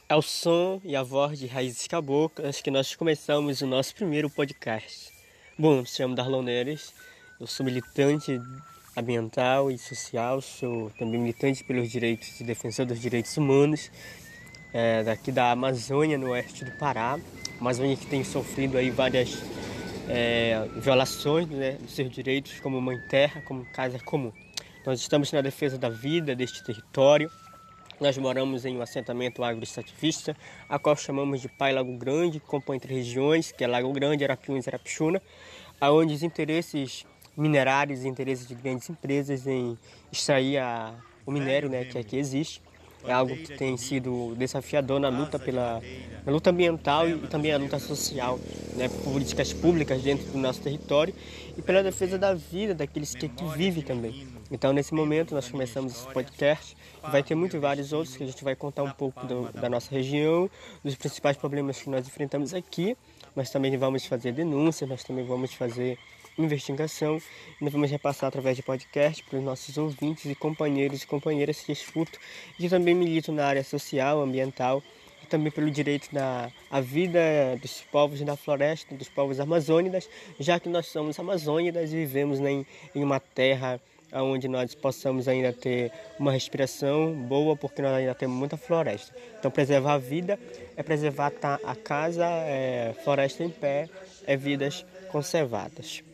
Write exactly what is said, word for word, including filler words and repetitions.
Ao som e a voz de Raízes Caboclas que nós começamos o nosso primeiro podcast. Bom, me chamo Darlon Neres, eu sou militante ambiental e social, sou também militante pelos direitos e defensor dos direitos humanos é, daqui da Amazônia, no oeste do Pará. Amazônia que tem sofrido aí várias é, violações, né, dos seus direitos como mãe terra, como casa comum. Nós estamos na defesa da vida deste território. Nós moramos em um assentamento agroextrativista, a qual chamamos de Pai Lago Grande, que compõe três regiões, que é Lago Grande, Arapiuns e Arapixuna, onde os interesses minerários e interesses de grandes empresas em extrair a, o minério, né, que aqui existe, é algo que tem sido desafiador na luta, pela, na luta ambiental e também a luta social, né, por políticas públicas dentro do nosso território e pela defesa da vida daqueles que aqui vivem também. Então, nesse momento, nós começamos esse podcast. Vai ter muitos vários outros que a gente vai contar um pouco do, da nossa região, dos principais problemas que nós enfrentamos aqui. Nós também vamos fazer denúncias, nós também vamos fazer investigação. E nós vamos repassar através de podcast para os nossos ouvintes e companheiros e companheiras que escutam e que também militam na área social, ambiental e também pelo direito da à vida dos povos da floresta, dos povos amazônicos, já que nós somos amazônicos e vivemos em, em uma terra onde nós possamos ainda ter uma respiração boa, porque nós ainda temos muita floresta. Então, preservar a vida é preservar a casa, é floresta em pé, é vidas conservadas.